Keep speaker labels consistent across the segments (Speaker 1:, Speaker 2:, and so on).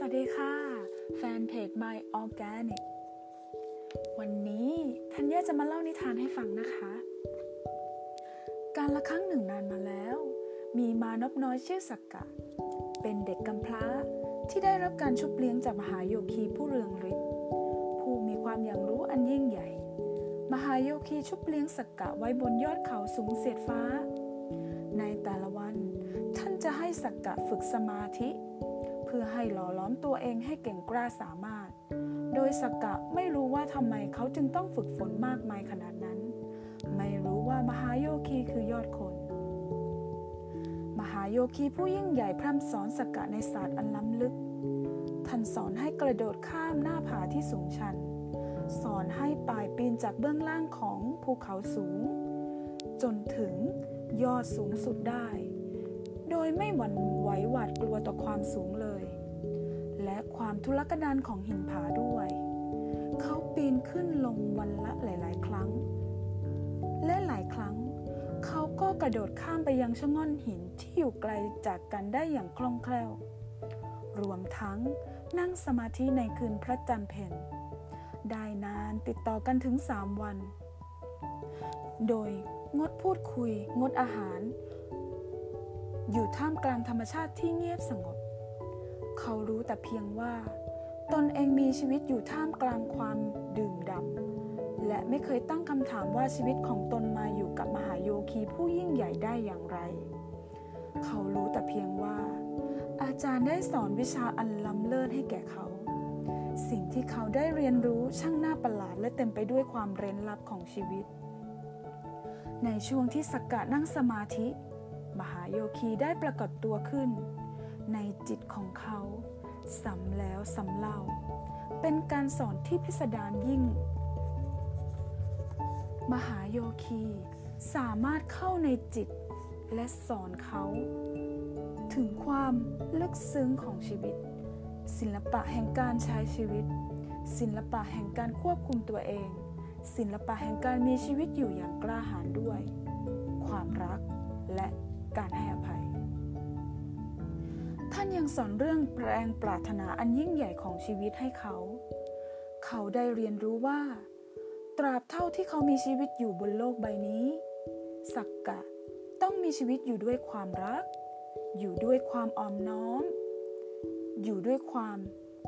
Speaker 1: สดีค่ะแฟนเพจ My Organic วันนี้ธัญญาจะมาเล่านิทานให้ฟังนะคะการละครั้งหนึ่งนานมาแล้วมีมานพน้อยชื่อสักกะเป็นเด็กกำพร้าที่ได้รับการชุบเลี้ยงจากมหาโยคีผู้เรืองฤทธิ์ผู้มีความอย่างรู้อันยิ่งใหญ่มหาโยคีชุบเลี้ยงสักกะไว้บนยอดเขาสูงเสียดฟ้าในแต่ละวันท่านจะให้สักกะฝึกสมาธิเพื่อให้หล่อล้อมตัวเองให้เก่งกล้าสามารถโดยสักกะไม่รู้ว่าทำไมเขาจึงต้องฝึกฝนมากมายขนาดนั้นไม่รู้ว่ามหาโยคีคือยอดคนมหาโยคีผู้ยิ่งใหญ่พร่ำสอนสักกะในศาสตร์อันล้ำลึกท่านสอนให้กระโดดข้ามหน้าผาที่สูงชันสอนให้ป่ายปีนจากเบื้องล่างของภูเขาสูงจนถึงยอดสูงสุดได้โดยไม่หวั่นไหวหวาดกลัวต่อความสูงเลยและความทุรกันดารของหินผาด้วยเขาปีนขึ้นลงวันละหลายๆครั้งและหลายครั้งเขาก็กระโดดข้ามไปยังชะง่อนหินที่อยู่ไกลจากกันได้อย่างคล่องแคล่วรวมทั้งนั่งสมาธิในคืนพระจันทร์เพ็ญได้นานติดต่อกันถึง3 วันโดยงดพูดคุยงดอาหารอยู่ท่ามกลางธรรมชาติที่เงียบสงบเขารู้แต่เพียงว่าตนเองมีชีวิตอยู่ท่ามกลางความดื่มด่ำและไม่เคยตั้งคำถามว่าชีวิตของตนมาอยู่กับมหาโยคีผู้ยิ่งใหญ่ได้อย่างไรเขารู้แต่เพียงว่าอาจารย์ได้สอนวิชาอันล้ำเลิศให้แก่เขาสิ่งที่เขาได้เรียนรู้ช่างน่าประหลาดและเต็มไปด้วยความเร้นลับของชีวิตในช่วงที่สักกะนั่งสมาธิมหาโยคีได้ปรากฏตัวขึ้นในจิตของเขาซ้ำแล้วซ้ำเล่าเป็นการสอนที่พิสดารยิ่งมหาโยคีสามารถเข้าในจิตและสอนเขาถึงความลึกซึ้งของชีวิตศิลปะแห่งการใช้ชีวิตศิลปะแห่งการควบคุมตัวเองศิลปะแห่งการมีชีวิตอยู่อย่างกล้าหาญด้วยความรักและการให้อภัยท่านยังสอนเรื่องแรงปรารถนาอันยิ่งใหญ่ของชีวิตให้เขาได้เรียนรู้ว่าตราบเท่าที่เขามีชีวิตอยู่บนโลกใบนี้สักกะต้องมีชีวิตอยู่ด้วยความรักอยู่ด้วยความอ่อนน้อมอยู่ด้วยความ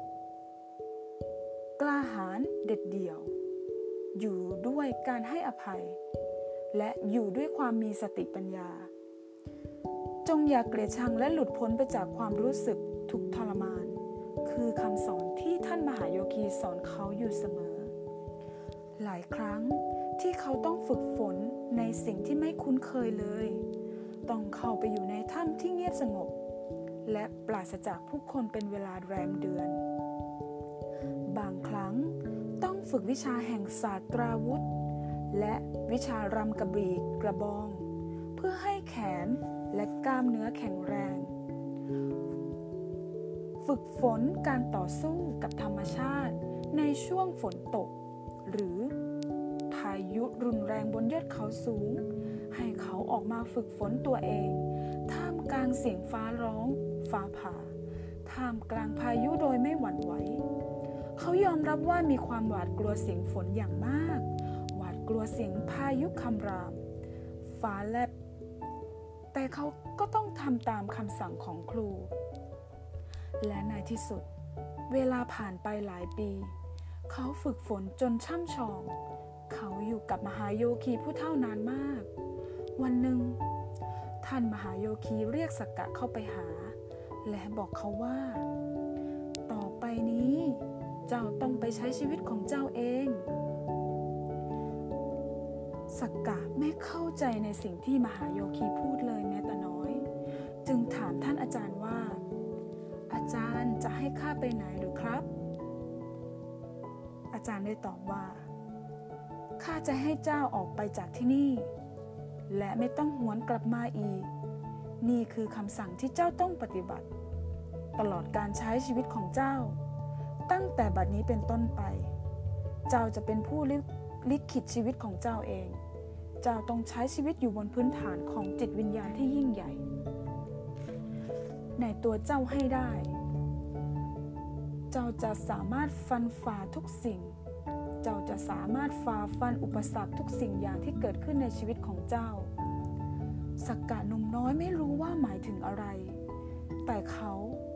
Speaker 1: กล้าหาญเด็ดเดี่ยวอยู่ด้วยการให้อภัยและอยู่ด้วยความมีสติปัญญาจงอย่าเกลียดชังและหลุดพ้นไปจากความรู้สึกทุกข์ทรมานคือคำสอนที่ท่านมหาโยคีสอนเขาอยู่เสมอหลายครั้งที่เขาต้องฝึกฝนในสิ่งที่ไม่คุ้นเคยเลยต้องเข้าไปอยู่ในถ้ำที่เงียบสงบและปราศจากผู้คนเป็นเวลาแรมเดือนบางครั้งต้องฝึกวิชาแห่งศาสตราวุธและวิชารำกระบี่กระบองเพื่อให้แขนและกล้ามเนื้อแข็งแรงฝึกฝนการต่อสู้กับธรรมชาติในช่วงฝนตกหรือพายุรุนแรงบนยอดเขาสูงให้เขาออกมาฝึกฝนตัวเองท่ามกลางเสียงฟ้าร้องฟ้าผ่าท่ามกลางพายุโดยไม่หวั่นไหวเขายอมรับว่ามีความหวาดกลัวเสียงฝนอย่างมากหวาดกลัวเสียงพายุคำรามฟ้าแลบแต่เขาก็ต้องทำตามคำสั่งของครูและในที่สุดเวลาผ่านไปหลายปีเขาฝึกฝนจนช่ำชองเขาอยู่กับมหาโยคีผู้เฒ่านานมากวันหนึ่งท่านมหาโยคีเรียกสักกะเข้าไปหาและบอกเขาว่าต่อไปนี้เจ้าต้องไปใช้ชีวิตของเจ้าเองสักกะไม่เข้าใจในสิ่งที่มหาโยคีพูดเลยแม้แต่น้อยจึงถามท่านอาจารย์ว่าอาจารย์จะให้ข้าไปไหนหรือครับอาจารย์ได้ตอบว่าข้าจะให้เจ้าออกไปจากที่นี่และไม่ต้องหวนกลับมาอีกนี่คือคำสั่งที่เจ้าต้องปฏิบัติตลอดการใช้ชีวิตของเจ้าตั้งแต่บัดนี้เป็นต้นไปเจ้าจะเป็นผู้ลิขิตชีวิตของเจ้าเองเจ้าต้องใช้ชีวิตอยู่บนพื้นฐานของจิตวิญญาณที่ยิ่งใหญ่ในตัวเจ้าให้ได้เจ้าจะสามารถฟันฝ่าทุกสิ่งเจ้าจะสามารถฝ่าฟันอุปสรรคทุกสิ่งอย่างที่เกิดขึ้นในชีวิตของเจ้าสักกะหนุ่มน้อยไม่รู้ว่าหมายถึงอะไรแต่เขา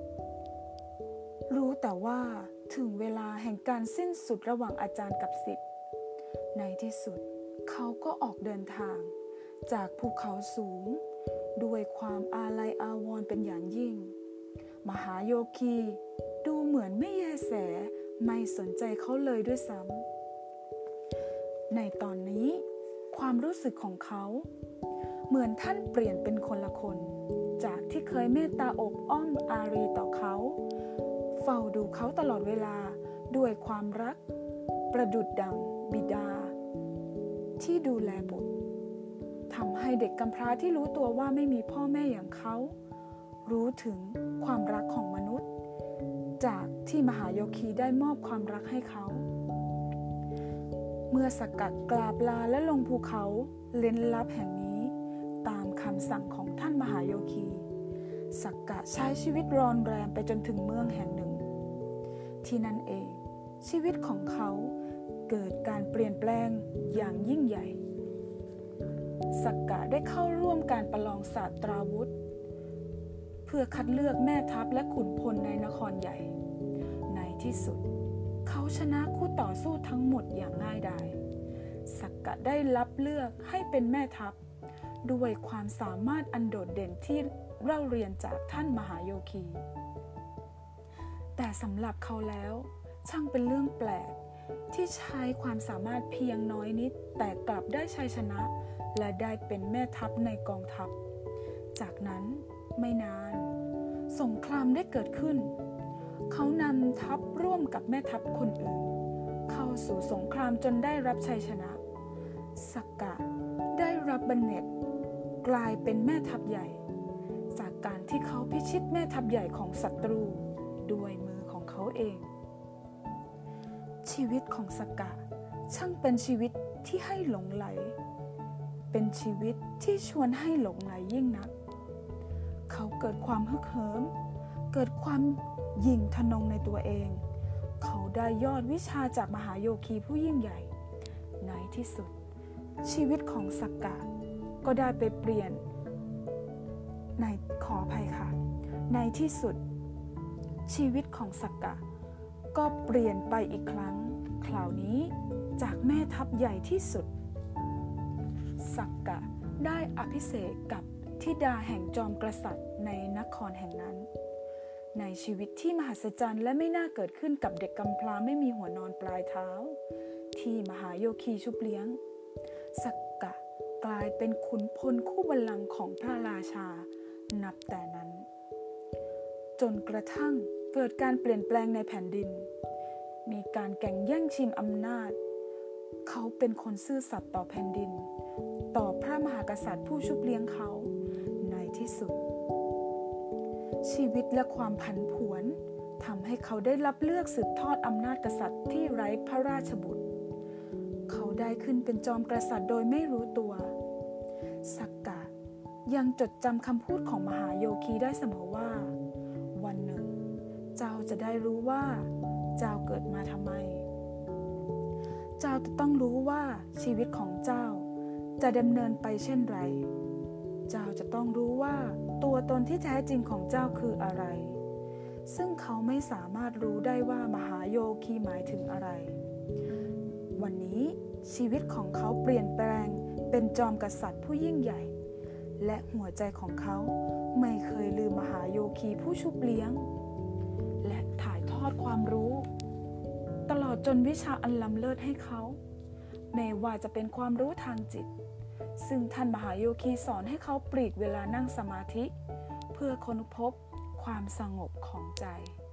Speaker 1: รู้แต่ว่าถึงเวลาแห่งการสิ้นสุดระหว่างอาจารย์กับศิษย์ในที่สุดเขาก็ออกเดินทางจากภูเขาสูงด้วยความอาลัยอาวรณ์เป็นอย่างยิ่งมหาโยคีดูเหมือนไม่แยแสไม่สนใจเขาเลยด้วยซ้ำในตอนนี้ความรู้สึกของเขาเหมือนท่านเปลี่ยนเป็นคนละคนจากที่เคยเมตตาอบอ้อมอารีต่อเขาเฝ้าดูเขาตลอดเวลาด้วยความรักประดุจดังบิดาที่ดูแลบุตรทำให้เด็กกำพร้าที่รู้ตัวว่าไม่มีพ่อแม่อย่างเขารู้ถึงความรักของมนุษย์จากที่มหาโยคีได้มอบความรักให้เขาเมื่อสักกะกราบลาและลงภูเขาเร้นลับแห่งนี้ตามคำสั่งของท่านมหาโยคีสักกะใช้ชีวิตรอนแรมไปจนถึงเมืองแห่งหนึ่งที่นั่นเองชีวิตของเขาเกิดการเปลี่ยนแปลงอย่างยิ่งใหญ่สักกะได้เข้าร่วมการประลองศาสตราวุธเพื่อคัดเลือกแม่ทัพและขุนพลในนครใหญ่ในที่สุดเขาชนะคู่ต่อสู้ทั้งหมดอย่างง่ายดายสักกะได้รับเลือกให้เป็นแม่ทัพด้วยความสามารถอันโดดเด่นที่เล่าเรียนจากท่านมหาโยคีแต่สำหรับเขาแล้วช่างเป็นเรื่องแปลกที่ใช้ความสามารถเพียงน้อยนิดแต่กลับได้ชัยชนะและได้เป็นแม่ทัพในกองทัพจากนั้นไม่นานสงครามได้เกิดขึ้นเขานำทัพร่วมกับแม่ทัพคนอื่นเข้าสู่สงครามจนได้รับชัยชนะสักกะได้รับบรรเน็ตกลายเป็นแม่ทัพใหญ่จากการที่เขาพิชิตแม่ทัพใหญ่ของศัตรูด้วยมือของเขาเองชีวิตของสักกะช่างเป็นชีวิตที่ให้หลงไหลเป็นชีวิตที่ชวนให้หลงไหลยิ่งนักเขาเกิดความฮึกเหิมเกิดความหยิ่งทะนงในตัวเองเขาได้ยอดวิชาจากมหาโยคีผู้ยิ่งใหญ่ในที่สุดชีวิตของสักกะก็ได้ไปเปลี่ยนขออภัยค่ะในที่สุดชีวิตของสักกะก็เปลี่ยนไปอีกครั้งคราวนี้จากแม่ทัพใหญ่ที่สุดสักกะได้อภิเษกกับธิดาแห่งจอมกษัตริย์ในนครแห่งนั้นในชีวิตที่มหัศจรรย์และไม่น่าเกิดขึ้นกับเด็กกำพร้าไม่มีหัวนอนปลายเท้าที่มหาโยคีชุบเลี้ยงสักกะกลายเป็นขุนพลคู่บัลลังก์ของพระราชานับแต่นั้นจนกระทั่งเกิดการเปลี่ยนแปลงในแผ่นดินมีการแข่งแย่งชิงอำนาจเขาเป็นคนซื่อสัตย์ต่อแผ่นดินต่อพระมหากษัตริย์ผู้ชุบเลี้ยงเขาในที่สุดชีวิตและความผันผวนทำให้เขาได้รับเลือกสืบทอดอำนาจกษัตริย์ที่ไร้พระราชบุตรเขาได้ขึ้นเป็นจอมกษัตริย์โดยไม่รู้ตัวสักกะยังจดจำคำพูดของมหาโยคีได้เสมอว่าวันหนึ่งเจ้าจะได้รู้ว่าเจ้าเกิดมาทำไมเจ้าจะต้องรู้ว่าชีวิตของเจ้าจะดำเนินไปเช่นไรเจ้าจะต้องรู้ว่าตัวตนที่แท้จริงของเจ้าคืออะไรซึ่งเขาไม่สามารถรู้ได้ว่ามหาโยคีหมายถึงอะไรวันนี้ชีวิตของเขาเปลี่ยนแปลงเป็นจอมกษัตริย์ผู้ยิ่งใหญ่และหัวใจของเขาไม่เคยลืมมหาโยคีผู้ชุบเลี้ยงและถ่ายทอดความรู้ตลอดจนวิชาอันล้ำเลิศให้เขาแม้ว่าจะเป็นความรู้ทางจิตซึ่งท่านมหาโยคีสอนให้เขาปลีกเวลานั่งสมาธิเพื่อค้นพบความสงบของใจ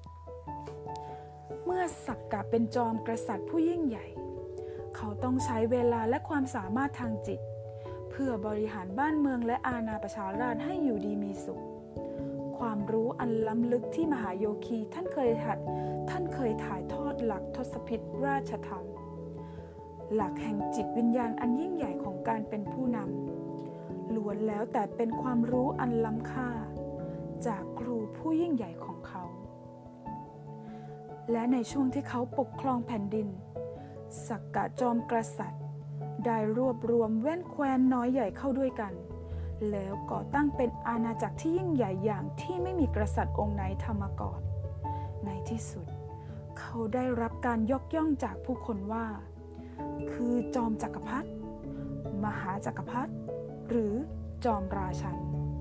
Speaker 1: เมื่อสักกะเป็นจอมกษัตริย์ผู้ยิ่งใหญ่เขาต้องใช้เวลาและความสามารถทางจิตเพื่อบริหารบ้านเมืองและอาณาประชาราษฎร์ให้อยู่ดีมีสุขความรู้อันล้ำลึกที่มหาโยคีท่านเคยถ่ายทอดหลักทศพิธราชธรรมหลักแห่งจิตวิญญาณอันยิ่งใหญ่ของการเป็นผู้นำล้วนแล้วแต่เป็นความรู้อันล้ำค่าจากครูผู้ยิ่งใหญ่ของเขาและในช่วงที่เขาปกครองแผ่นดินสักกะจอมกษัตริย์ได้รวบรวมแว่นแคว้นน้อยใหญ่เข้าด้วยกันแล้วก่อตั้งเป็นอาณาจักรที่ยิ่งใหญ่อย่างที่ไม่มีกษัตริย์องค์ไหนทำมาก่อนในที่สุดเขาได้รับการยกย่องจากผู้คนว่าคือจอมจักรพรรดิมหาจักรพรรดิหรือจอมราชัน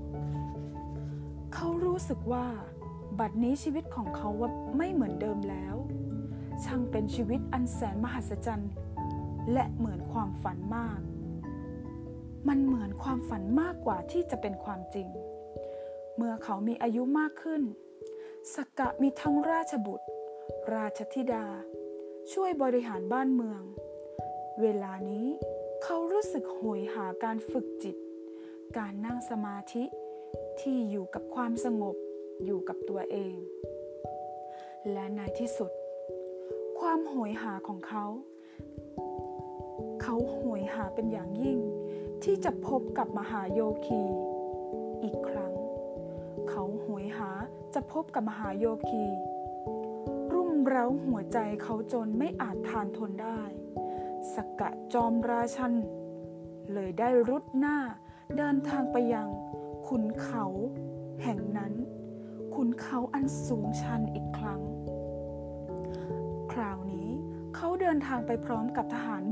Speaker 1: เขารู้สึกว่าบัดนี้ชีวิตของเขาว่าไม่เหมือนเดิมแล้วช่างเป็นชีวิตอันแสนมหัศจรรย์และเหมือนความฝันมากมันเหมือนความฝันมากกว่าที่จะเป็นความจริงเมื่อเขามีอายุมากขึ้นสักกะมีทั้งราชบุตรราชธิดาช่วยบริหารบ้านเมืองเวลานี้เขารู้สึกโหยหาการฝึกจิตการนั่งสมาธิที่อยู่กับความสงบอยู่กับตัวเองและในที่สุดความโหยหาของเขาโหยหาเป็นอย่างยิ่งที่จะพบกับมหาโยคีอีกครั้งเขาโหยหาจะพบกับมหาโยคีรุ่มเร้าหัวใจเขาจนไม่อาจทานทนได้สักกะจอมราชันเลยได้รุดหน้าเดินทางไปยังขุนเขาแห่งนั้นขุนเขาอันสูงชันอีกครั้งคราวนี้เขาเดินทางไปพร้อมกับทหาร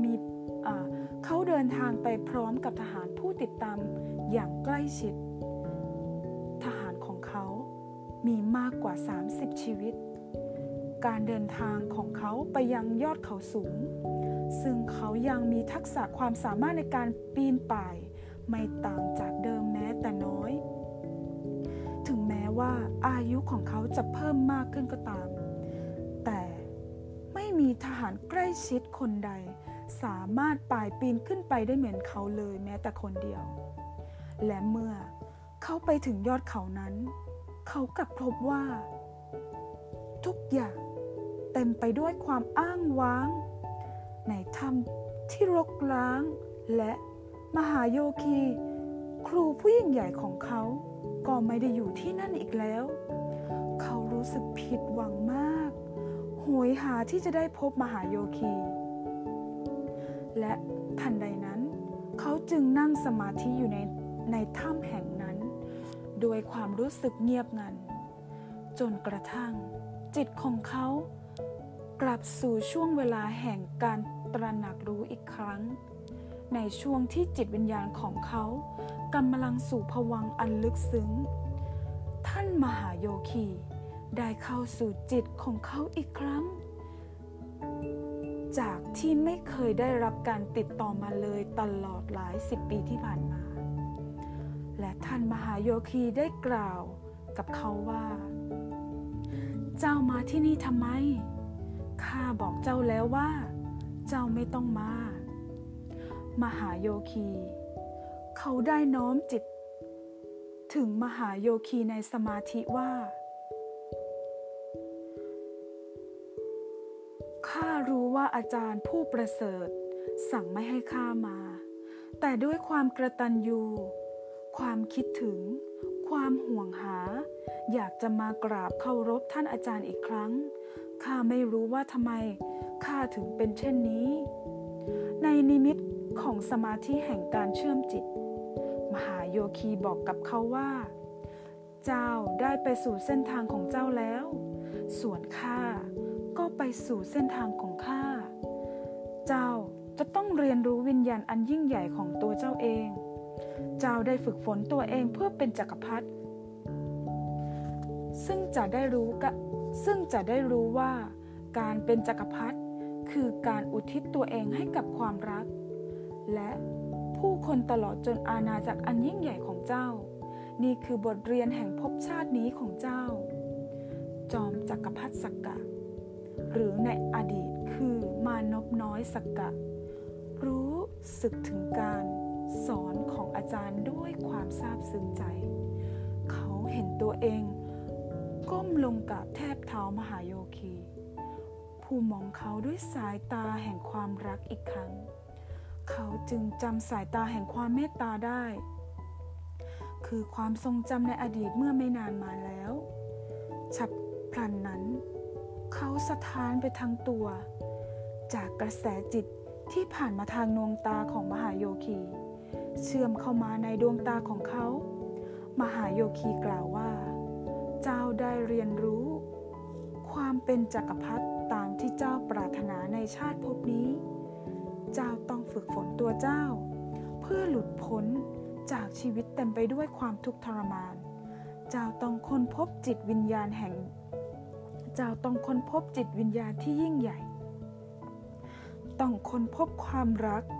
Speaker 1: ผู้ติดตามอย่างใกล้ชิดทหารของเขามีมากกว่า30ชีวิตการเดินทางของเขาไปยังยอดเขาสูงซึ่งเขายังมีทักษะความสามารถในการปีนป่ายไม่ต่างจากเดิมแม้แต่น้อยถึงแม้ว่าอายุของเขาจะเพิ่มมากขึ้นก็ตามแต่ไม่มีทหารใกล้ชิดคนใดสามารถป่ายปีนขึ้นไปได้เหมือนเขาเลยแม้แต่คนเดียวและเมื่อเขาไปถึงยอดเขานั้นเขากลับพบว่าทุกอย่างเต็มไปด้วยความอ้างว้างในถ้ำที่รกร้างและมหาโยคีครูผู้ยิ่งใหญ่ของเขาก็ไม่ได้อยู่ที่นั่นอีกแล้วเขารู้สึกผิดหวังมากโหยหาที่จะได้พบมหาโยคีและทันใดนั้นเขาจึงนั่งสมาธิอยู่ในถ้ำแห่งนั้นโดยความรู้สึกเงียบงันจนกระทั่งจิตของเขากลับสู่ช่วงเวลาแห่งการตระหนักรู้อีกครั้งในช่วงที่จิตวิญญาณของเขากำลังสู่ภวังค์อันลึกซึ้งท่านมหาโยคีได้เข้าสู่จิตของเขาอีกครั้งจากที่ไม่เคยได้รับการติดต่อมาเลยตลอดหลาย10 ปีที่ผ่านมาและท่านมหาโยคีได้กล่าวกับเขาว่าเจ้ามาที่นี่ทำไมข้าบอกเจ้าแล้วว่าเจ้าไม่ต้องมามหาโยคีเขาได้น้อมจิตถึงมหาโยคีในสมาธิว่าข้ารู้ว่าอาจารย์ผู้ประเสริฐสั่งไม่ให้ข้ามาแต่ด้วยความกตัญญูความคิดถึงความห่วงหาอยากจะมากราบเคารพท่านอาจารย์อีกครั้งข้าไม่รู้ว่าทำไมข้าถึงเป็นเช่นนี้ในนิมิตของสมาธิแห่งการเชื่อมจิตมหาโยคีบอกกับเขาว่าเจ้าได้ไปสู่เส้นทางของเจ้าแล้วส่วนข้าก็ไปสู่เส้นทางของข้าเจ้าจะต้องเรียนรู้วิญญาณอันยิ่งใหญ่ของตัวเจ้าเองเจ้าได้ฝึกฝนตัวเองเพื่อเป็นจักรพรรดิซึ่งจะได้รู้ว่าการเป็นจักรพรรดิคือการอุทิศตัวเองให้กับความรักและผู้คนตลอดจนอาณาจักรอันยิ่งใหญ่ของเจ้านี่คือบทเรียนแห่งภพชาตินี้ของเจ้าจอมจักรพรรดิสักกะหรือในอดีตคือมานพน้อยสักกะรู้สึกถึงการสอนของอาจารย์ด้วยความซาบซึ้งใจเขาเห็นตัวเองก้มลงกราบแทบเท้ามหาโยคีผู้มองเขาด้วยสายตาแห่งความรักอีกครั้งเขาจึงจำสายตาแห่งความเมตตาได้คือความทรงจำในอดีตเมื่อไม่นานมาแล้วฉับพลันนั้นเขาสะท้านไปทั้งตัวจากกระแสจิตที่ผ่านมาทางดวงตาของมหาโยคีเชื่อมเข้ามาในดวงตาของเขามหาโยคีกล่าวว่าเจ้าได้เรียนรู้ความเป็นจักรพรรดิตามที่เจ้าปรารถนาในชาติภพนี้เจ้าต้องฝึกฝนตัวเจ้าเพื่อหลุดพ้นจากชีวิตเต็มไปด้วยความทุกข์ทรมานเจ้าต้องค้นพบจิตวิญญาณที่ยิ่งใหญ่ต้องค้นพบความรัก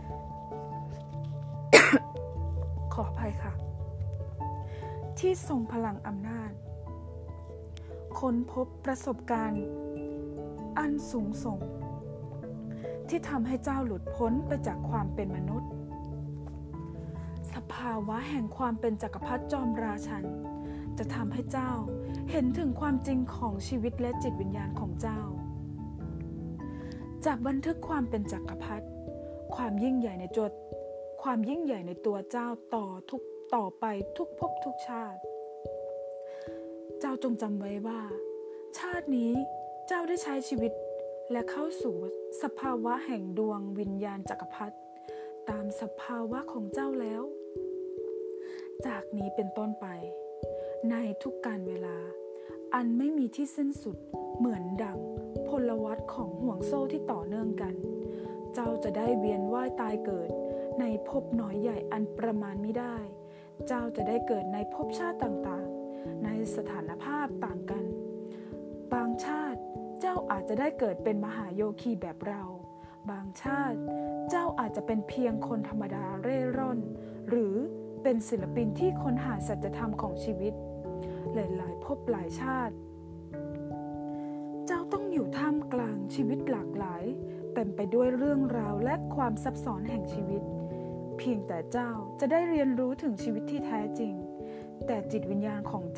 Speaker 1: ขออภัยค่ะที่ทรงพลังอำนาจค้นพบประสบการณ์อันสูงส่งที่ทำให้เจ้าหลุดพ้นไปจากความเป็นมนุษย์สภาวะแห่งความเป็นจักรพรรดิจอมราชันจะทำให้เจ้าเห็นถึงความจริงของชีวิตและจิตวิญญาณของเจ้าจากบันทึกความเป็นจักรพรรดิความยิ่งใหญ่ในตัวเจ้าต่อไปทุกภพทุกชาติเจ้าจงจำไว้ว่าชาตินี้เจ้าได้ใช้ชีวิตและเข้าสู่สภาวะแห่งดวงวิญญาณจักรพรรดิตามสภาวะของเจ้าแล้วจากนี้เป็นต้นไปในทุกกาลเวลาอันไม่มีที่สิ้นสุดเหมือนดั่งพลวัตของห่วงโซ่ที่ต่อเนื่องกันเจ้าจะได้เวียนว่ายตายเกิดในภพน้อยใหญ่อันประมาณไม่ได้เจ้าจะได้เกิดในภพชาติต่างๆในสถานภาพต่างกันบางชาติเจ้าอาจจะได้เกิดเป็นมหาโยคีแบบเราบางชาติเจ้าอาจจะเป็นเพียงคนธรรมดาเร่ร่อนหรือเป็นศิลปินที่ค้นหาสัจธรรมของชีวิตหลายๆภพหลายชาติเจ้าต้องอยู่ท่ามกลางชีวิตหลากหลายเต็มไปด้วยเรื่องราวและความซับซ้อนแห่งชีวิตเพียงแต่เจ้าจะได้เรียนรู้ถึงชีวิตที่แท้จริงแต่จิตวิญญาณของ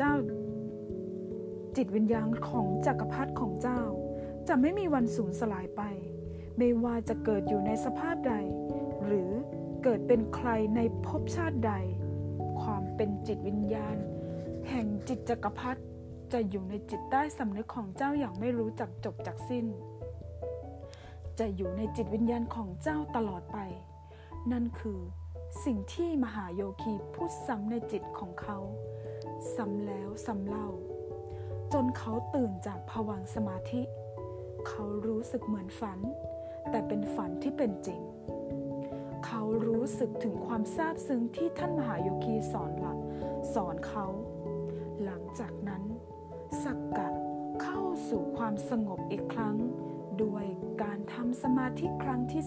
Speaker 1: จักรพรรดิของเจ้าจะไม่มีวันสูญสลายไปไม่ว่าจะเกิดอยู่ในสภาพใดหรือเกิดเป็นใครในภพชาติใดความเป็นจิตวิญญาณแห่งจิตจักรพรรดิจะอยู่ในจิตใต้สำนึกของเจ้าอย่างไม่รู้จักจบจากสิ้นจะอยู่ในจิตวิญญาณของเจ้าตลอดไปนั่นคือสิ่งที่มหาโยคีพูดซ้ำในจิตของเขาซ้ำแล้วซ้ำเล่าจนเขาตื่นจากภวังค์สมาธิเขารู้สึกเหมือนฝันแต่เป็นฝันที่เป็นจริงเขารู้สึกถึงความซาบซึ้งที่ท่านมหาโยคีสอนเขาหลังจากนั้นสักกะเข้าสู่ความสงบอีกครั้งด้วยการทำสมาธิครั้งที่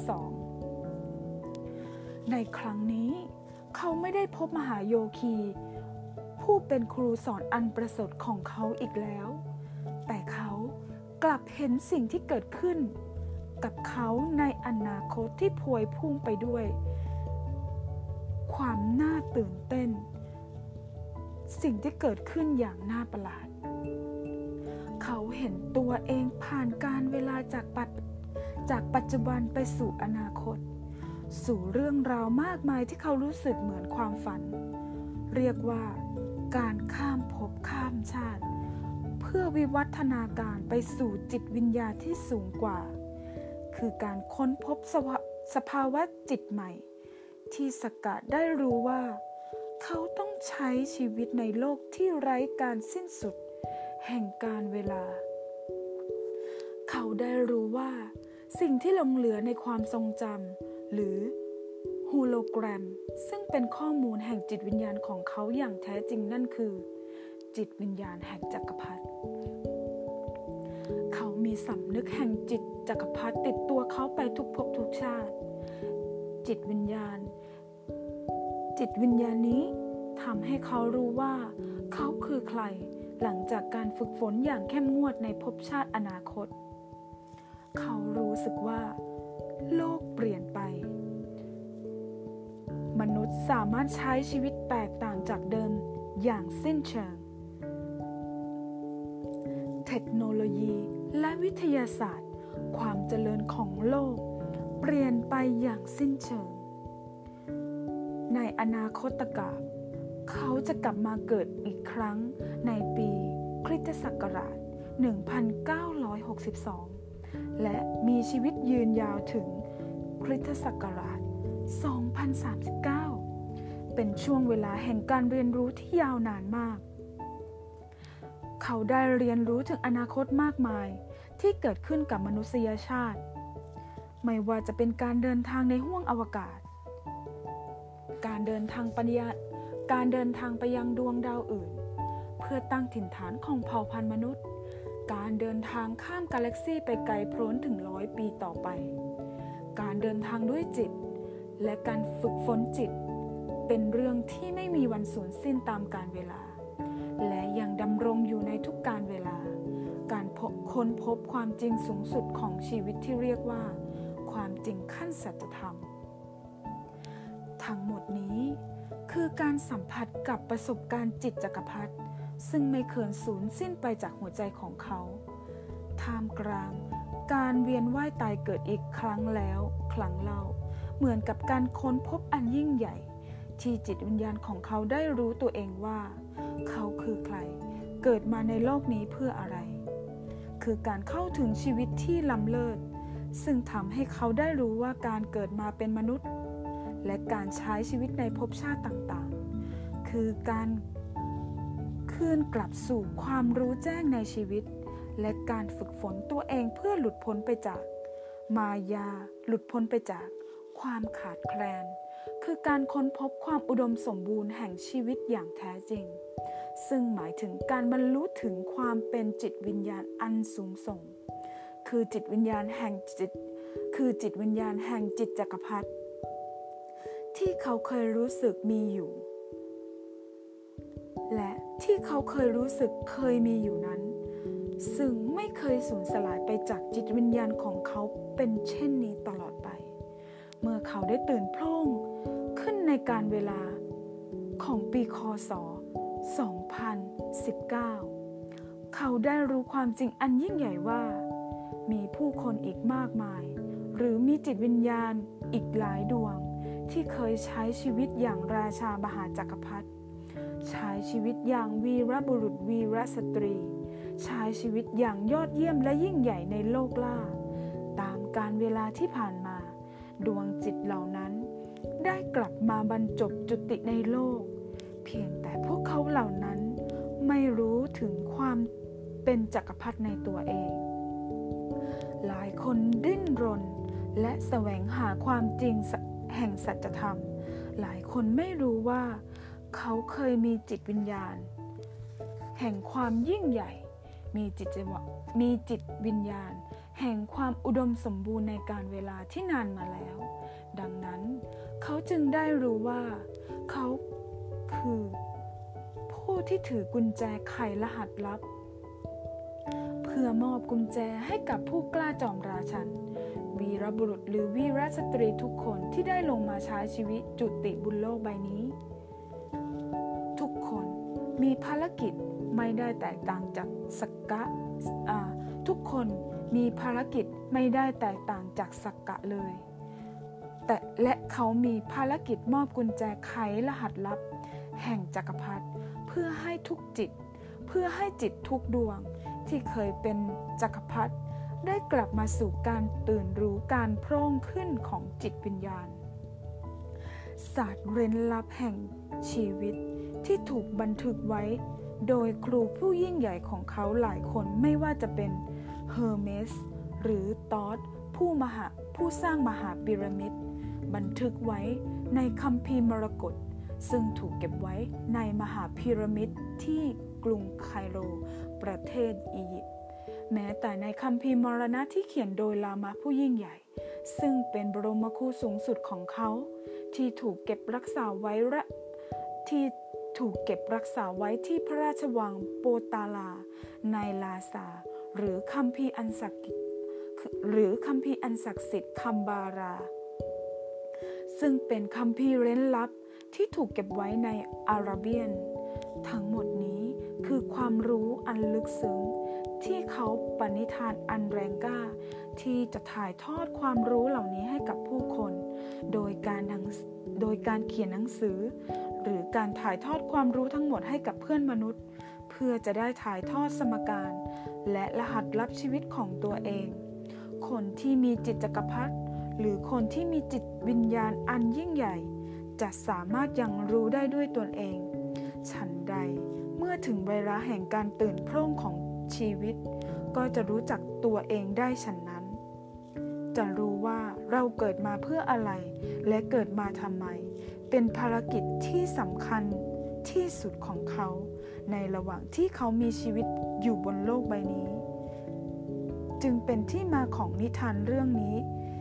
Speaker 1: 2ในครั้งนี้เขาไม่ได้พบมหาโยคีผู้เป็นครูสอนอันประเสริฐของเขาอีกแล้วแต่เขากลับเห็นสิ่งที่เกิดขึ้นกับเขาในอนาคตที่พวยพุ่งไปด้วยความน่าตื่นเต้นสิ่งที่เกิดขึ้นอย่างน่าประหลาดเขาเห็นตัวเองผ่านการเวลาจากปัจจุบันไปสู่อนาคตสู่เรื่องราวมากมายที่เขารู้สึกเหมือนความฝันเรียกว่าการข้ามภพข้ามชาติเพื่อวิวัฒนาการไปสู่จิตวิญญาณที่สูงกว่าคือการค้นพบสภาวะจิตใหม่ที่สกะได้รู้ว่าเขาต้องใช้ชีวิตในโลกที่ไร้การสิ้นสุดแห่งการเวลาเขาได้รู้ว่าสิ่งที่หลงเหลือในความทรงจำหรือโฮโลแกรมซึ่งเป็นข้อมูลแห่งจิตวิญญาณของเขาอย่างแท้จริงนั่นคือจิตวิญญาณแห่งจักรพรรดิเขามีสำนึกแห่งจิตจักรพรรดิติดตัวเขาไปทุกภพทุกชาติจิตวิญญาณนี้ทำให้เขารู้ว่าเขาคือใครหลังจากการฝึกฝนอย่างเข้มงวดในภพชาติอนาคตเขารู้สึกว่าโลกเปลี่ยนไปมนุษย์สามารถใช้ชีวิตแตกต่างจากเดิมอย่างสิ้นเชิงเทคโนโลยีและวิทยาศาสตร์ความเจริญของโลกเปลี่ยนไปอย่างสิ้นเชิงในอนาคตการเขาจะกลับมาเกิดอีกครั้งในปีคริสตศักราช 2562 และมีชีวิตยืนยาวถึงคริสตศักราช 2039 เป็นช่วงเวลาแห่งการเรียนรู้ที่ยาวนานมาก เขาได้เรียนรู้ถึงอนาคตมากมายที่เกิดขึ้นกับมนุษยชาติไม่ว่าจะเป็นการเดินทางในห้วงอวกาศการเดินทางไปยังดวงดาวอื่นเพื่อตั้งถิ่นฐานของเผ่าพันธุ์มนุษย์การเดินทางข้ามกาแล็กซีไปไกลโพ้นถึง100 ปีต่อไปการเดินทางด้วยจิตและการฝึกฝนจิตเป็นเรื่องที่ไม่มีวันสูญสิ้นตามกาลเวลาและยังดำรงอยู่ในทุกกาลเวลาการค้นพบความจริงสูงสุดของชีวิตที่เรียกว่าความจริงขั้นสัจธรรมทั้งหมดนี้คือการสัมผัสกับประสบการณ์จิตจักรพรรดิซึ่งไม่เคยสูญสิ้นไปจากหัวใจของเขาท่ามกลางการเวียนว่ายตายเกิดอีกครั้งแล้วครั้งเล่าเหมือนกับการค้นพบอันยิ่งใหญ่ที่จิตวิญญาณของเขาได้รู้ตัวเองว่าเขาคือใครเกิดมาในโลกนี้เพื่ออะไรคือการเข้าถึงชีวิตที่ล้ำเลิศซึ่งทำให้เขาได้รู้ว่าการเกิดมาเป็นมนุษย์และการใช้ชีวิตในภพชาติต่างๆคือการคืนกลับสู่ความรู้แจ้งในชีวิตและการฝึกฝนตัวเองเพื่อหลุดพ้นไปจากมายาหลุดพ้นไปจากความขาดแคลนคือการค้นพบความอุดมสมบูรณ์แห่งชีวิตอย่างแท้จริงซึ่งหมายถึงการบรรลุถึงความเป็นจิตวิญญาณอันสูงส่งคือจิตวิญญาณแห่งจิตจักรพรรดิที่เขาเคยรู้สึกมีอยู่และที่เขาเคยรู้สึกเคยมีอยู่นั้นซึ่งไม่เคยสูญสลายไปจากจิตวิญญาณของเขาเป็นเช่นนี้ตลอดไปเมื่อเขาได้ตื่นโพล่งขึ้นในการเวลาของปีค.ศ. 2019เขาได้รู้ความจริงอันยิ่งใหญ่ว่ามีผู้คนอีกมากมายหรือมีจิตวิญญาณอีกหลายดวงที่เคยใช้ชีวิตอย่างราชามหาจักรพรรดิใช้ชีวิตอย่างวีรบุรุษวีรสตรีใช้ชีวิตอย่างยอดเยี่ยมและยิ่งใหญ่ในโลกล่าตามกาลเวลาที่ผ่านมาดวงจิตเหล่านั้นได้กลับมาบรรจบจุติในโลกเพียงแต่พวกเขาเหล่านั้นไม่รู้ถึงความเป็นจักรพรรดิในตัวเองหลายคนดิ้นรนและแสวงหาความจริงแห่งสัจธรรมหลายคนไม่รู้ว่าเขาเคยมีจิตวิญญาณแห่งความยิ่งใหญ่มีจิตวิญญาณแห่งความอุดมสมบูรณ์ในการเวลาที่นานมาแล้วดังนั้นเขาจึงได้รู้ว่าเขาคือผู้ที่ถือกุญแจไขรหัสลับเพื่อมอบกุญแจให้กับผู้กล้าจอมราชันวีรบุรุษหรือวีรสตรีทุกคนที่ได้ลงมาใช้ชีวิตจุติบนโลกใบนี้ทุกคนมีภารกิจไม่ได้แตกต่างจากทุกคนมีภารกิจไม่ได้แตกต่างจากสักกะเลยและเขามีภารกิจมอบกุญแจไขรหัสลับแห่งจักรพรรดิเพื่อให้จิตทุกดวงที่เคยเป็นจักรพรรดิได้กลับมาสู่การตื่นรู้การโพร่งขึ้นของจิตวิญญาณศาสตร์เร้นลับแห่งชีวิตที่ถูกบันทึกไว้โดยครูผู้ยิ่งใหญ่ของเขาหลายคนไม่ว่าจะเป็นเฮอร์เมสหรือตอสผู้สร้างมหาพีระมิดบันทึกไว้ในคัมภีร์มรกตซึ่งถูกเก็บไว้ในมหาพีระมิดที่กรุงไคโรประเทศอียิปต์แม้แต่ในคัมภีร์มรณะที่เขียนโดยลามะผู้ยิ่งใหญ่ซึ่งเป็นบรมครูสูงสุดของเขาที่ถูกเก็บรักษาไว้ที่พระราชวังโปตาลาในลาซาหรือคัมภีร์อันศักดิ์สิทธิ์คัมบาราซึ่งเป็นคัมภีร์เร้นลับที่ถูกเก็บไว้ในอาราเบียนทั้งหมดนี้คือความรู้อันลึกซึ้งที่เขาปณิธานอันแรงกล้าที่จะถ่ายทอดความรู้เหล่านี้ให้กับผู้คนโดยการเขียนหนังสือหรือการถ่ายทอดความรู้ทั้งหมดให้กับเพื่อนมนุษย์เพื่อจะได้ถ่ายทอดสมการและรหัสลับชีวิตของตัวเองคนที่มีจิตจักรพรรดิหรือคนที่มีจิตวิญญาณอันยิ่งใหญ่จะสามารถยังรู้ได้ด้วยตนเองฉันใดเมื่อถึงเวลาแห่งการตื่นโพร่งของชีวิตก็จะรู้จักตัวเองได้ฉันนั้นจะรู้ว่าเราเกิดมาเพื่ออะไรและเกิดมาทำไมเป็นภารกิจที่สำคัญที่สุดของเขาในระหว่างที่เขามีชีวิตอยู่บนโลกใบนี้จึงเป็นที่มาของนิทานเรื่องนี้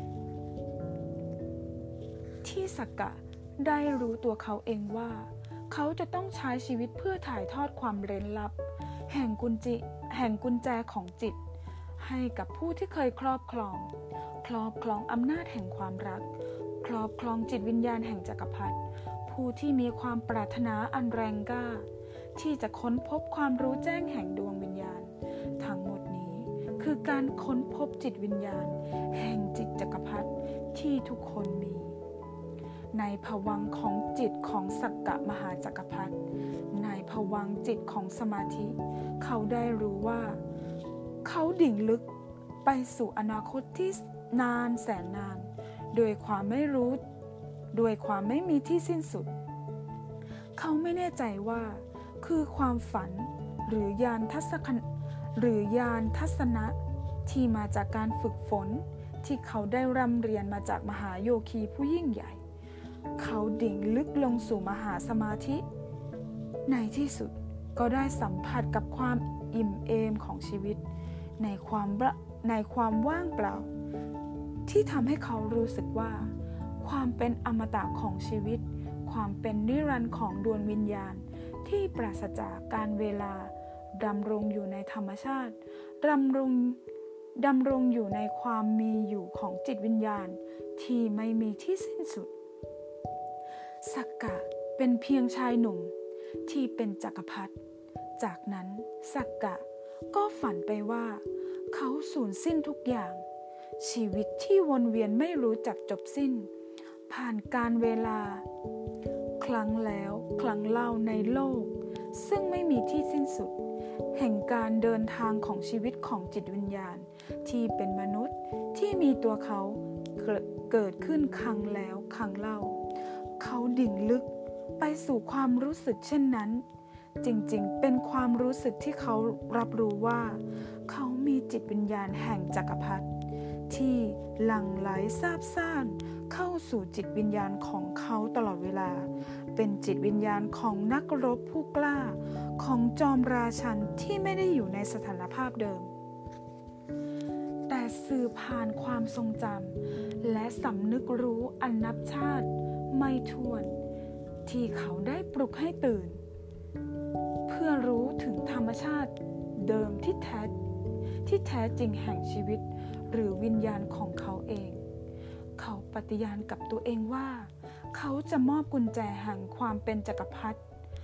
Speaker 1: ที่สักกะได้รู้ตัวเขาเองว่าเขาจะต้องใช้ชีวิตเพื่อถ่ายทอดความเร้นลับแห่งกุญแจของจิตให้กับผู้ที่เคยครอบครองอำนาจแห่งความรักครอบครองจิตวิญญาณแห่งจักรพรรดิผู้ที่มีความปรารถนาอันแรงกล้าที่จะค้นพบความรู้แจ้งแห่งดวงวิญญาณทั้งหมดนี้คือการค้นพบจิตวิญญาณแห่งจิตจักรพรรดิที่ทุกคนมีในภวังค์ของจิตของสักกะมหาจักรพรรดิในภวังค์จิตของสมาธิเขาได้รู้ว่าเขาดิ่งลึกไปสู่อนาคตที่นานแสนนานโดยความไม่รู้โดยความไม่มีที่สิ้นสุดเขาไม่แน่ใจว่าคือความฝันหรือยานทัศนะที่มาจากการฝึกฝนที่เขาได้ร่ำเรียนมาจากมหาโยคีผู้ยิ่งใหญ่เขาดิ่งลึกลงสู่มหาสมาธิในที่สุดก็ได้สัมผัสกับความอิ่มเอมของชีวิตในความว่างเปล่าที่ทำให้เขารู้สึกว่าความเป็นอมตะของชีวิตความเป็นนิรันดร์ของดวงวิญญาณที่ปราศจากการเวลาดำรงอยู่ในธรรมชาติดำรงอยู่ในความมีอยู่ของจิตวิญญาณที่ไม่มีที่สิ้นสุดสักกะเป็นเพียงชายหนุ่มที่เป็นจักรพรรดิจากนั้นสักกะก็ฝันไปว่าเขาสูญสิ้นทุกอย่างชีวิตที่วนเวียนไม่รู้จักจบสิ้นผ่านการเวลาครั้งแล้วครั้งเล่าในโลกซึ่งไม่มีที่สิ้นสุดแห่งการเดินทางของชีวิตของจิตวิญญาณที่เป็นมนุษย์ที่มีตัวเขาเกิดขึ้นครั้งแล้วครั้งเล่าเขาดิ่งลึกไปสู่ความรู้สึกเช่นนั้นจริงๆเป็นความรู้สึกที่เขารับรู้ว่าเขามีจิตวิญญาณแห่งจักรพรรดิที่หลั่งไหลซาบซ่านเข้าสู่จิตวิญญาณของเขาตลอดเวลาเป็นจิตวิญญาณของนักรบผู้กล้าของจอมราชันที่ไม่ได้อยู่ในสถานภาพเดิมแต่สื่อผ่านความทรงจำและสำนึกรู้อันนับชาติไม่ถ้วนที่เขาได้ปลุกให้ตื่นเพื่อรู้ถึงธรรมชาติเดิมที่แท้จริงแห่งชีวิตหรือวิญญาณของเขาเองเขาปฏิญาณกับตัวเองว่าเขาจะมอบกุญแจแห่งความเป็นจักรพรรดิ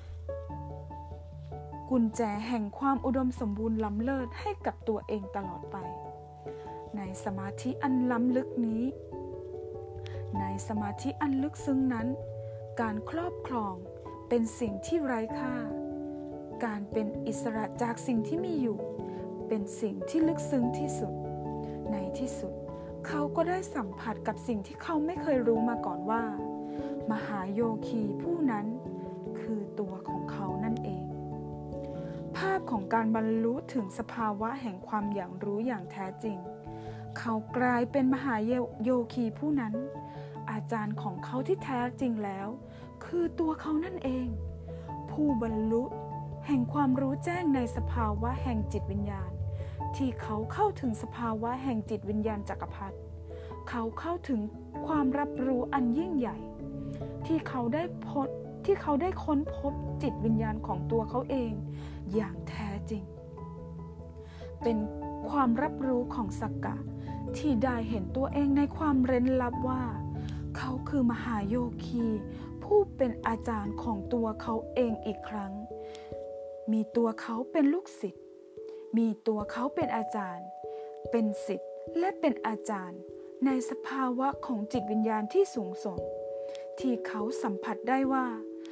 Speaker 1: กุญแจแห่งความอุดมสมบูรณ์ล้ำเลิศให้กับตัวเองตลอดไปในสมาธิอันล้ำลึกนี้ในสมาธิอันลึกซึ้งนั้นการครอบครองเป็นสิ่งที่ไร้ค่าการเป็นอิสระจากสิ่งที่มีอยู่เป็นสิ่งที่ลึกซึ้งที่สุดในที่สุดเขาก็ได้สัมผัสกับสิ่งที่เขาไม่เคยรู้มาก่อนว่ามหาโยคีผู้นั้นคือตัวของเขานั่นเองภาพของการบรรลุถึงสภาวะแห่งความอย่างรู้อย่างแท้จริงเขากลายเป็นมหาโยคีผู้นั้นอาจารย์ของเขาที่แท้จริงแล้วคือตัวเขานั่นเองผู้บรรลุแห่งความรู้แจ้งในสภาวะแห่งจิตวิญญาณที่เขาเข้าถึงสภาวะแห่งจิตวิญญาณจักรพรรดิเขาเข้าถึงความรับรู้อันยิ่งใหญ่ที่เขาได้ค้นพบจิตวิญญาณของตัวเขาเองอย่างแท้จริงเป็นความรับรู้ของสักกะที่ได้เห็นตัวเองในความเร้นลับว่าเขาคือมหาโยคีผู้เป็นอาจารย์ของตัวเขาเองอีกครั้งมีตัวเขาเป็นลูกศิษย์มีตัวเขาเป็นอาจารย์เป็นศิษย์และเป็นอาจารย์ในสภาวะของจิตวิญญาณที่สูงส่งที่เขาสัมผัสได้ว่าเขา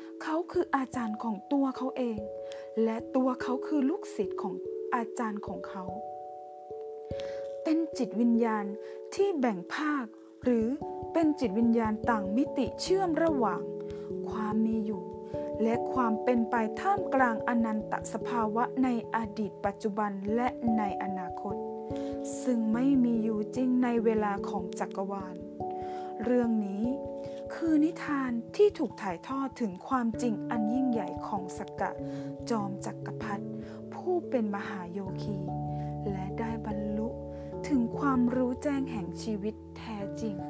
Speaker 1: คืออาจารย์ของตัวเขาเองและตัวเขาคือลูกศิษย์ของอาจารย์ของเขาเป็นจิตวิญญาณที่แบ่งภาคหรือเป็นจิตวิญญาณต่างมิติเชื่อมระหว่างความมีอยู่และความเป็นไปท่ามกลางอนันตสภาวะในอดีตปัจจุบันและในอนาคตซึ่งไม่มีอยู่จริงในเวลาของจักรวาลเรื่องนี้คือนิทานที่ถูกถ่ายทอดถึงความจริงอันยิ่งใหญ่ของสักกะจอมจักรพรรดิผู้เป็นมหาโยคีและได้บรรลุถึงความรู้แจ้งแห่งชีวิตแท้จริง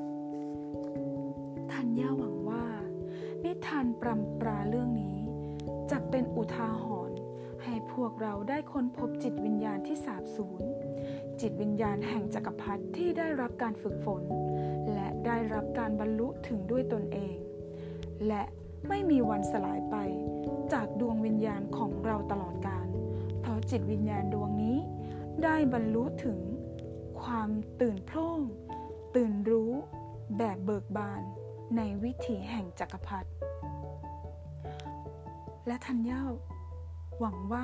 Speaker 1: ธัญญาหวังว่านิทานปรำปราเรื่องนี้จะเป็นอุทาหรณ์ให้พวกเราได้ค้นพบจิตวิญญาณที่สาบสูญจิตวิญญาณแห่งจักรพรรดิที่ได้รับการฝึกฝนและได้รับการบรรลุถึงด้วยตนเองและไม่มีวันสลายไปจากดวงวิญญาณของเราตลอดกาลเพราะจิตวิญญาณดวงนี้ได้บรรลุถึงความตื่นโพล่งตื่นรู้แบบเบิกบานในวิถีแห่งจักรพรรดิและธัญญาหวังว่า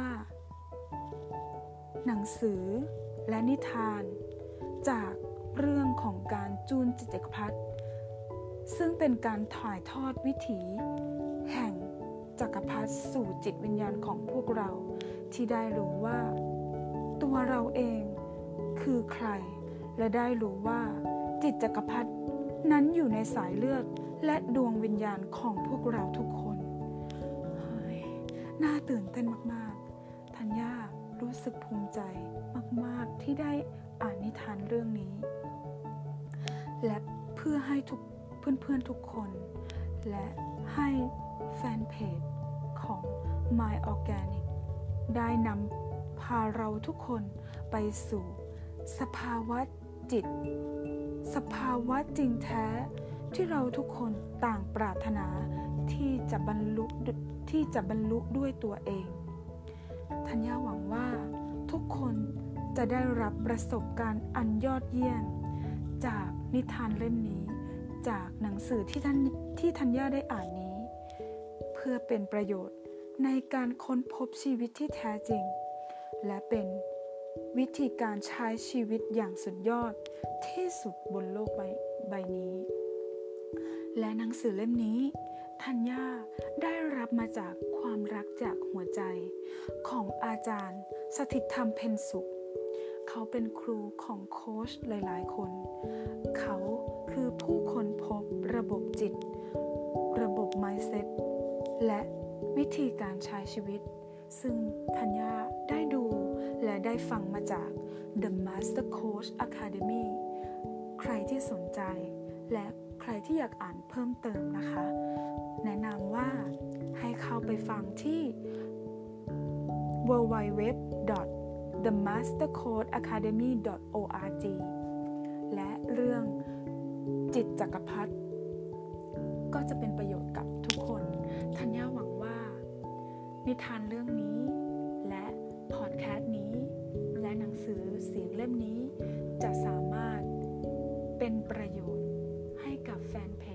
Speaker 1: หนังสือและนิทานจากเรื่องของการจูนจิตจักรพรรดิซึ่งเป็นการถ่ายทอดวิถีแห่งจักรพรรดิสู่จิตวิญญาณของพวกเราที่ได้รู้ว่าตัวเราเองคือใครและได้รู้ว่าจิตจักรพรรดินั้นอยู่ในสายเลือดและดวงวิญญาณของพวกเราทุกคนน่าตื่นเต้นมากๆธัญญารู้สึกภูมิใจมากๆที่ได้อ่านนิทานเรื่องนี้และเพื่อให้ทุกเพื่อนๆทุกคนและให้แฟนเพจของ My Organic ได้นำพาเราทุกคนไปสู่สภาวะจิตสภาวะจริงแท้ที่เราทุกคนต่างปรารถนาที่จะบรรลุด้วยตัวเองธัญญาหวังว่าทุกคนจะได้รับประสบการณ์อันยอดเยี่ยมจากนิทานเล่มนี้จากหนังสือที่ธัญญาได้อ่านนี้เพื่อเป็นประโยชน์ในการค้นพบชีวิตที่แท้จริงและเป็นวิธีการใช้ชีวิตอย่างสุดยอดที่สุดบนโลกใบนี้และหนังสือเล่มนี้ธัญญาได้รับมาจากความรักจากหัวใจของอาจารย์สถิตธรรมเพ็ญสุขเขาเป็นครูของโค้ชหลายๆคนเขาคือผู้ค้นพบระบบจิตระบบ mindset และวิธีการใช้ชีวิตซึ่งธัญญาได้ดูและได้ฟังมาจาก The Master Coach Academy ใครที่สนใจและใครที่อยากอ่านเพิ่มเติมนะคะแนะนำว่าให้เข้าไปฟังที่ www.themastercoachacademy.org และเรื่องจิตจักรพรรดิก็จะเป็นประโยชน์กับทุกคนธัญญาหวังว่านิทานเรื่องนี้และพอดแคสต์นี้และหนังสือเสียงเล่มนี้จะสามารถเป็นประโยชน์ให้กับแฟนเพ